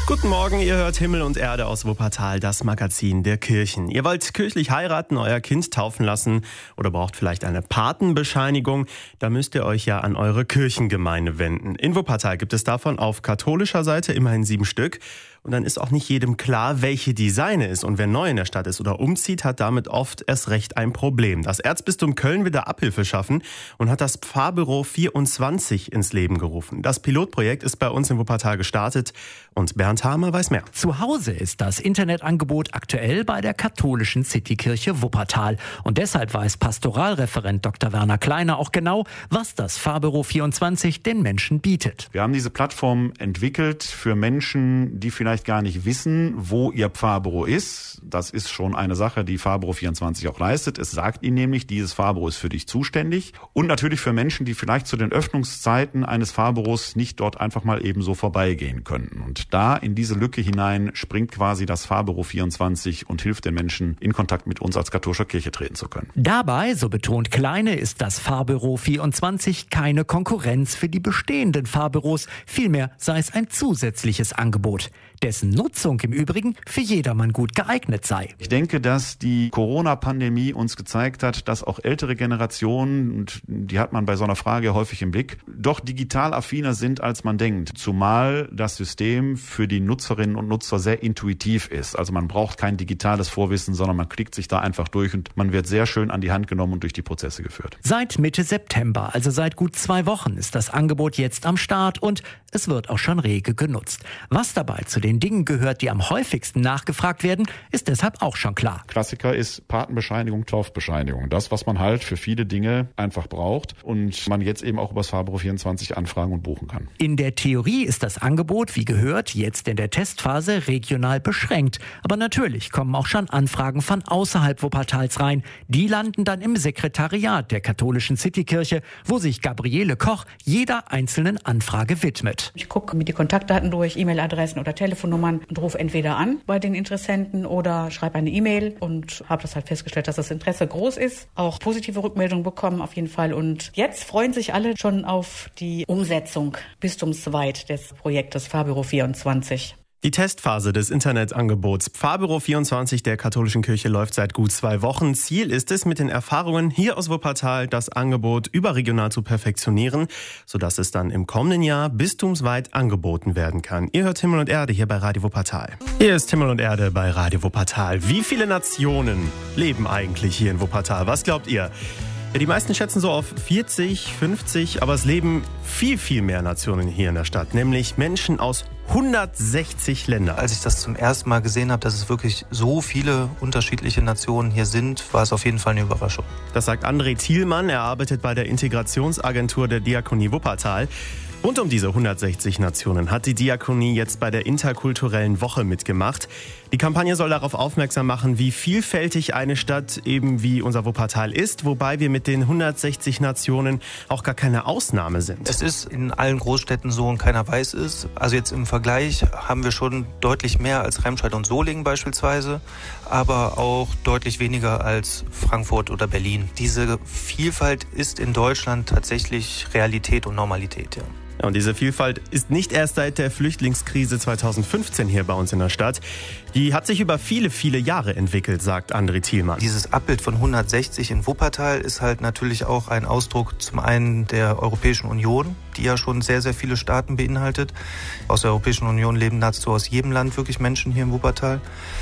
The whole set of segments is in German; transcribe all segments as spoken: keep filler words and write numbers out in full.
Guten Morgen, ihr hört Himmel und Erde aus Wuppertal, das Magazin der Kirchen. Ihr wollt kirchlich heiraten, euer Kind taufen lassen oder braucht vielleicht eine Patenbescheinigung, da müsst ihr euch ja an eure Kirchengemeinde wenden. In Wuppertal gibt es davon auf katholischer Seite immerhin sieben Stück. Und dann ist auch nicht jedem klar, welche die seine ist. Und wer neu in der Stadt ist oder umzieht, hat damit oft erst recht ein Problem. Das Erzbistum Köln will da Abhilfe schaffen und hat das Pfarrbüro vierundzwanzig ins Leben gerufen. Das Pilotprojekt ist bei uns in Wuppertal gestartet und Bernd Hamer weiß mehr. Zu Hause ist das Internetangebot aktuell bei der katholischen Citykirche Wuppertal. Und deshalb weiß Pastoralreferent Doktor Werner Kleiner auch genau, was das Pfarrbüro vierundzwanzig den Menschen bietet. Wir haben diese Plattform entwickelt für Menschen, die vielleicht gar nicht wissen, wo ihr Pfarrbüro ist. Das ist schon eine Sache, die Pfarrbüro vierundzwanzig auch leistet. Es sagt ihnen nämlich, dieses Pfarrbüro ist für dich zuständig. Und natürlich für Menschen, die vielleicht zu den Öffnungszeiten eines Pfarrbüros nicht dort einfach mal eben so vorbeigehen könnten. Und da in diese Lücke hinein springt quasi das Pfarrbüro vierundzwanzig und hilft den Menschen, in Kontakt mit uns als katholischer Kirche treten zu können. Dabei, so betont Kleine, ist das Pfarrbüro vierundzwanzig keine Konkurrenz für die bestehenden Pfarrbüros. Vielmehr sei es ein zusätzliches Angebot, dessen Nutzung im Übrigen für jedermann gut geeignet sei. Ich denke, dass die Corona-Pandemie uns gezeigt hat, dass auch ältere Generationen, und die hat man bei so einer Frage häufig im Blick, doch digital affiner sind, als man denkt. Zumal das System für die Nutzerinnen und Nutzer sehr intuitiv ist. Also man braucht kein digitales Vorwissen, sondern man klickt sich da einfach durch und man wird sehr schön an die Hand genommen und durch die Prozesse geführt. Seit Mitte September, also seit gut zwei Wochen, ist das Angebot jetzt am Start und es wird auch schon rege genutzt. Was dabei zu den Dingen gehört, die am häufigsten nachgefragt werden, ist deshalb auch schon klar. Klassiker ist Patenbescheinigung, Taufbescheinigung. Das, was man halt für viele Dinge einfach braucht und man jetzt eben auch über das Pfarrbüro vierundzwanzig anfragen und buchen kann. In der Theorie ist das Angebot, wie gehört, jetzt in der Testphase regional beschränkt. Aber natürlich kommen auch schon Anfragen von außerhalb Wuppertals rein. Die landen dann im Sekretariat der katholischen Citykirche, wo sich Gabriele Koch jeder einzelnen Anfrage widmet. Ich gucke mir die Kontaktdaten durch, E-Mail-Adressen oder Telefonnummern und rufe entweder an bei den Interessenten oder schreibe eine E-Mail und habe das halt festgestellt, dass das Interesse groß ist. Auch positive Rückmeldungen bekommen auf jeden Fall. Und jetzt freuen sich alle schon auf die Umsetzung bistumsweit des Projektes Pfarrbüro vierundzwanzig. Die Testphase des Internetangebots Pfarrbüro vierundzwanzig der katholischen Kirche läuft seit gut zwei Wochen. Ziel ist es, mit den Erfahrungen hier aus Wuppertal das Angebot überregional zu perfektionieren, sodass es dann im kommenden Jahr bistumsweit angeboten werden kann. Ihr hört Himmel und Erde hier bei Radio Wuppertal. Hier ist Himmel und Erde bei Radio Wuppertal. Wie viele Nationen leben eigentlich hier in Wuppertal? Was glaubt ihr? Ja, die meisten schätzen so auf vierzig, fünfzig, aber es leben viel, viel mehr Nationen hier in der Stadt, nämlich Menschen aus hundertsechzig Ländern. Als ich das zum ersten Mal gesehen habe, dass es wirklich so viele unterschiedliche Nationen hier sind, war es auf jeden Fall eine Überraschung. Das sagt André Thielmann, er arbeitet bei der Integrationsagentur der Diakonie Wuppertal. Rund um diese hundertsechzig Nationen hat die Diakonie jetzt bei der interkulturellen Woche mitgemacht. Die Kampagne soll darauf aufmerksam machen, wie vielfältig eine Stadt eben wie unser Wuppertal ist, wobei wir mit den hundertsechzig Nationen auch gar keine Ausnahme sind. Es ist in allen Großstädten so und keiner weiß es. Also jetzt im Vergleich haben wir schon deutlich mehr als Remscheid und Solingen beispielsweise, aber auch deutlich weniger als Frankfurt oder Berlin. Diese Vielfalt ist in Deutschland tatsächlich Realität und Normalität, ja. Ja, und diese Vielfalt ist nicht erst seit der Flüchtlingskrise zweitausendfünfzehn hier bei uns in der Stadt. Die hat sich über viele, viele Jahre entwickelt, sagt André Thielmann. Dieses Abbild von hundertsechzig in Wuppertal ist halt natürlich auch ein Ausdruck zum einen der Europäischen Union, die ja schon sehr, sehr viele Staaten beinhaltet. Aus der Europäischen Union leben dazu aus jedem Land wirklich Menschen hier in Wuppertal.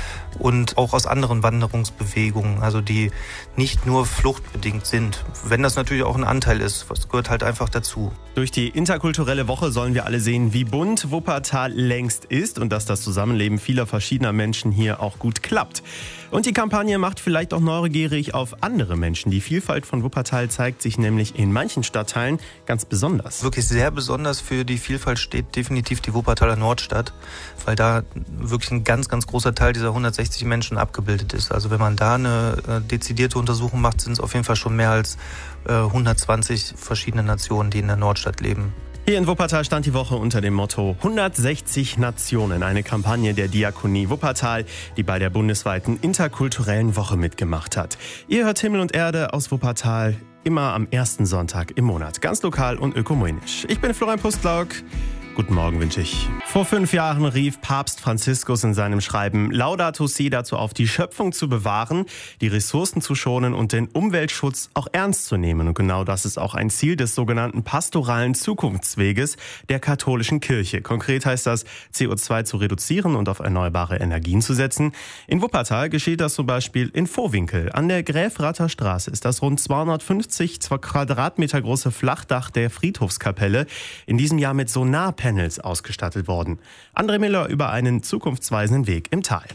Und auch aus anderen Wanderungsbewegungen, also die nicht nur fluchtbedingt sind. Wenn das natürlich auch ein Anteil ist, das gehört halt einfach dazu. Durch die interkulturelle Woche sollen wir alle sehen, wie bunt Wuppertal längst ist und dass das Zusammenleben vieler verschiedener Menschen hier auch gut klappt. Und die Kampagne macht vielleicht auch neugierig auf andere Menschen. Die Vielfalt von Wuppertal zeigt sich nämlich in manchen Stadtteilen ganz besonders. Wirklich sehr besonders für die Vielfalt steht definitiv die Wuppertaler Nordstadt, weil da wirklich ein ganz, ganz großer Teil dieser hundertsechzig Menschen abgebildet ist. Also wenn man da eine äh, dezidierte Untersuchung macht, sind es auf jeden Fall schon mehr als äh, hundertzwanzig verschiedene Nationen, die in der Nordstadt leben. Hier in Wuppertal stand die Woche unter dem Motto hundertsechzig Nationen, eine Kampagne der Diakonie Wuppertal, die bei der bundesweiten interkulturellen Woche mitgemacht hat. Ihr hört Himmel und Erde aus Wuppertal, immer am ersten Sonntag im Monat, ganz lokal und ökumenisch. Ich bin Florian Pustlauk. Guten Morgen wünsche ich. Vor fünf Jahren rief Papst Franziskus in seinem Schreiben Laudato Si dazu auf, die Schöpfung zu bewahren, die Ressourcen zu schonen und den Umweltschutz auch ernst zu nehmen. Und genau das ist auch ein Ziel des sogenannten pastoralen Zukunftsweges der katholischen Kirche. Konkret heißt das, C O zwei zu reduzieren und auf erneuerbare Energien zu setzen. In Wuppertal geschieht das zum Beispiel in Vohwinkel. An der Gräfrather Straße ist das rund zweihundertfünfzig Quadratmeter große Flachdach der Friedhofskapelle in diesem Jahr mit Solarpanels ausgestattet worden. André Miller über einen zukunftsweisenden Weg im Tal.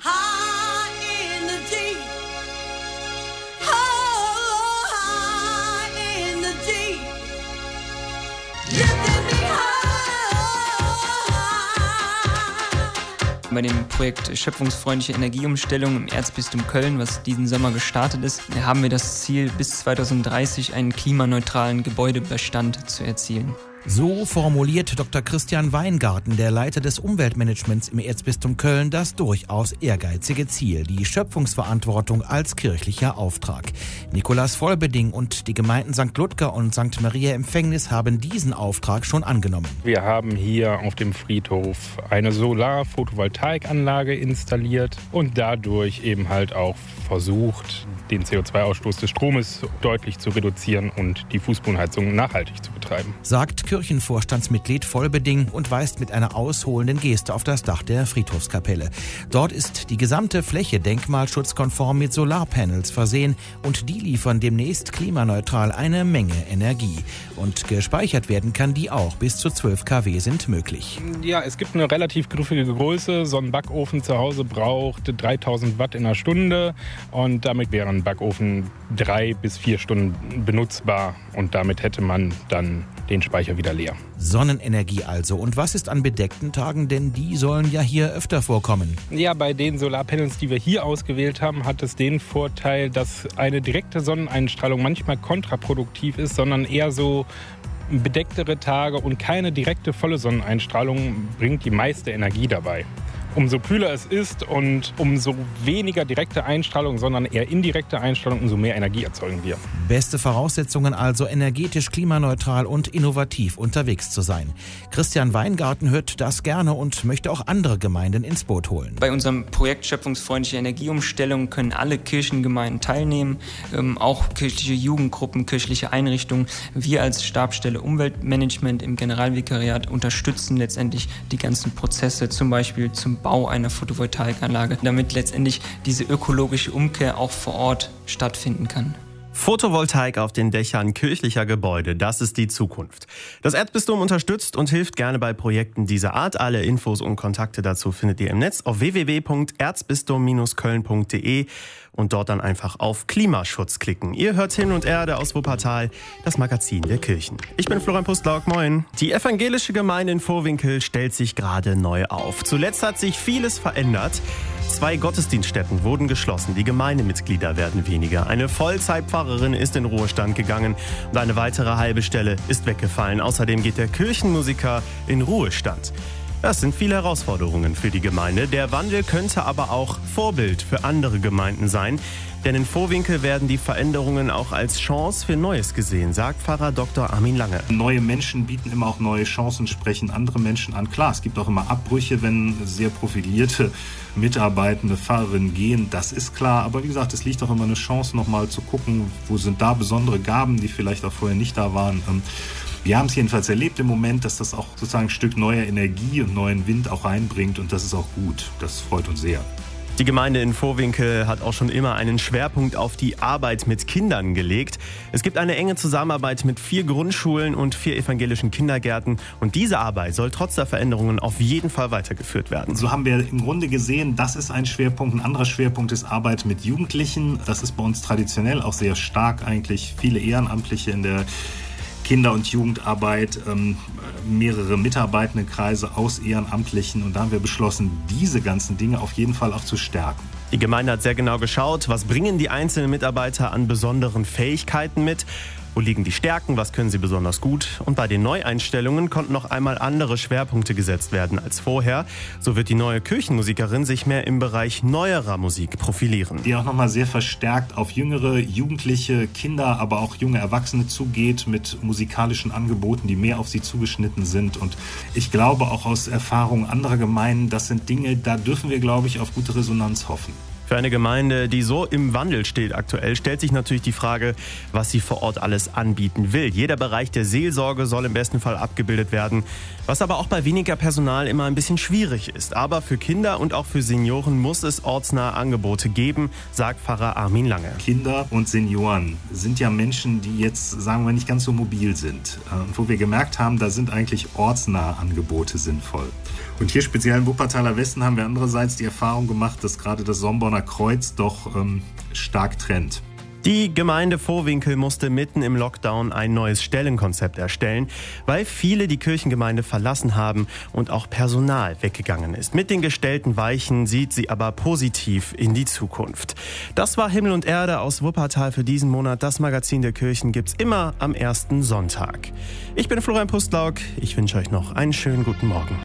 Bei dem Projekt Schöpfungsfreundliche Energieumstellung im Erzbistum Köln, was diesen Sommer gestartet ist, haben wir das Ziel, bis zweitausenddreißig einen klimaneutralen Gebäudebestand zu erzielen. So formuliert Doktor Christian Weingarten, der Leiter des Umweltmanagements im Erzbistum Köln, das durchaus ehrgeizige Ziel, die Schöpfungsverantwortung als kirchlicher Auftrag. Nikolaus Vollbeding und die Gemeinden Sankt Ludger und Sankt Maria Empfängnis haben diesen Auftrag schon angenommen. Wir haben hier auf dem Friedhof eine Solar-Photovoltaikanlage installiert und dadurch eben halt auch versucht, den C O zwei Ausstoß des Stromes deutlich zu reduzieren und die Fußbodenheizung nachhaltig zu betreiben. Sagt Kirchenvorstandsmitglied Vollbeding und weist mit einer ausholenden Geste auf das Dach der Friedhofskapelle. Dort ist die gesamte Fläche denkmalschutzkonform mit Solarpanels versehen und die liefern demnächst klimaneutral eine Menge Energie. Und gespeichert werden kann die auch. Bis zu zwölf Kilowatt sind möglich. Ja, es gibt eine relativ griffige Größe. So ein Backofen zu Hause braucht dreitausend Watt in einer Stunde und damit wäre ein Backofen drei bis vier Stunden benutzbar und damit hätte man dann den Speicher wieder leer. Sonnenenergie also. Und was ist an bedeckten Tagen? Denn die sollen ja hier öfter vorkommen. Ja, bei den Solarpanels, die wir hier ausgewählt haben, hat es den Vorteil, dass eine direkte Sonneneinstrahlung manchmal kontraproduktiv ist, sondern eher so bedecktere Tage und keine direkte volle Sonneneinstrahlung bringt die meiste Energie dabei. Umso kühler es ist und umso weniger direkte Einstrahlung, sondern eher indirekte Einstrahlung, umso mehr Energie erzeugen wir. Beste Voraussetzungen also, energetisch, klimaneutral und innovativ unterwegs zu sein. Christian Weingarten hört das gerne und möchte auch andere Gemeinden ins Boot holen. Bei unserem Projekt Schöpfungsfreundliche Energieumstellung können alle Kirchengemeinden teilnehmen, ähm, auch kirchliche Jugendgruppen, kirchliche Einrichtungen. Wir als Stabsstelle Umweltmanagement im Generalvikariat unterstützen letztendlich die ganzen Prozesse, zum Beispiel zum Bau einer Photovoltaikanlage, damit letztendlich diese ökologische Umkehr auch vor Ort stattfinden kann. Photovoltaik auf den Dächern kirchlicher Gebäude, das ist die Zukunft. Das Erzbistum unterstützt und hilft gerne bei Projekten dieser Art. Alle Infos und Kontakte dazu findet ihr im Netz auf w w w punkt erzbistum Bindestrich köln punkt d e und dort dann einfach auf Klimaschutz klicken. Ihr hört Hin und Erde aus Wuppertal, das Magazin der Kirchen. Ich bin Florian Pustlauk, moin. Die evangelische Gemeinde in Vohwinkel stellt sich gerade neu auf. Zuletzt hat sich vieles verändert. Zwei Gottesdienststätten wurden geschlossen, die Gemeindemitglieder werden weniger. Eine Vollzeitpfarrerin ist in Ruhestand gegangen und eine weitere halbe Stelle ist weggefallen. Außerdem geht der Kirchenmusiker in Ruhestand. Das sind viele Herausforderungen für die Gemeinde. Der Wandel könnte aber auch Vorbild für andere Gemeinden sein. Denn in Vohwinkel werden die Veränderungen auch als Chance für Neues gesehen, sagt Pfarrer Doktor Armin Lange. Neue Menschen bieten immer auch neue Chancen, sprechen andere Menschen an. Klar, es gibt auch immer Abbrüche, wenn sehr profilierte mitarbeitende Pfarrerinnen gehen, das ist klar. Aber wie gesagt, es liegt auch immer eine Chance, nochmal zu gucken, wo sind da besondere Gaben, die vielleicht auch vorher nicht da waren. Wir haben es jedenfalls erlebt im Moment, dass das auch sozusagen ein Stück neuer Energie und neuen Wind auch reinbringt und das ist auch gut. Das freut uns sehr. Die Gemeinde in Vohwinkel hat auch schon immer einen Schwerpunkt auf die Arbeit mit Kindern gelegt. Es gibt eine enge Zusammenarbeit mit vier Grundschulen und vier evangelischen Kindergärten. Und diese Arbeit soll trotz der Veränderungen auf jeden Fall weitergeführt werden. So haben wir im Grunde gesehen, das ist ein Schwerpunkt. Ein anderer Schwerpunkt ist Arbeit mit Jugendlichen. Das ist bei uns traditionell auch sehr stark eigentlich. Viele Ehrenamtliche in der Kinder- und Jugendarbeit, ähm, mehrere Mitarbeitendenkreise aus Ehrenamtlichen. Und da haben wir beschlossen, diese ganzen Dinge auf jeden Fall auch zu stärken. Die Gemeinde hat sehr genau geschaut, was bringen die einzelnen Mitarbeiter an besonderen Fähigkeiten mit. Wo liegen die Stärken? Was können sie besonders gut? Und bei den Neueinstellungen konnten noch einmal andere Schwerpunkte gesetzt werden als vorher. So wird die neue Kirchenmusikerin sich mehr im Bereich neuerer Musik profilieren. Die auch nochmal sehr verstärkt auf jüngere, jugendliche Kinder, aber auch junge Erwachsene zugeht mit musikalischen Angeboten, die mehr auf sie zugeschnitten sind. Und ich glaube auch aus Erfahrung anderer Gemeinden, das sind Dinge, da dürfen wir, glaube ich, auf gute Resonanz hoffen. Für eine Gemeinde, die so im Wandel steht aktuell, stellt sich natürlich die Frage, was sie vor Ort alles anbieten will. Jeder Bereich der Seelsorge soll im besten Fall abgebildet werden, was aber auch bei weniger Personal immer ein bisschen schwierig ist. Aber für Kinder und auch für Senioren muss es ortsnahe Angebote geben, sagt Pfarrer Armin Lange. Kinder und Senioren sind ja Menschen, die jetzt, sagen wir, nicht ganz so mobil sind. Und wo wir gemerkt haben, da sind eigentlich ortsnahe Angebote sinnvoll. Und hier speziell im Wuppertaler Westen haben wir andererseits die Erfahrung gemacht, dass gerade das Somborner Kreuz doch ähm, stark trennt. Die Gemeinde Vohwinkel musste mitten im Lockdown ein neues Stellenkonzept erstellen, weil viele die Kirchengemeinde verlassen haben und auch Personal weggegangen ist. Mit den gestellten Weichen sieht sie aber positiv in die Zukunft. Das war Himmel und Erde aus Wuppertal für diesen Monat. Das Magazin der Kirchen gibt's immer am ersten Sonntag. Ich bin Florian Pustlauk. Ich wünsche euch noch einen schönen guten Morgen.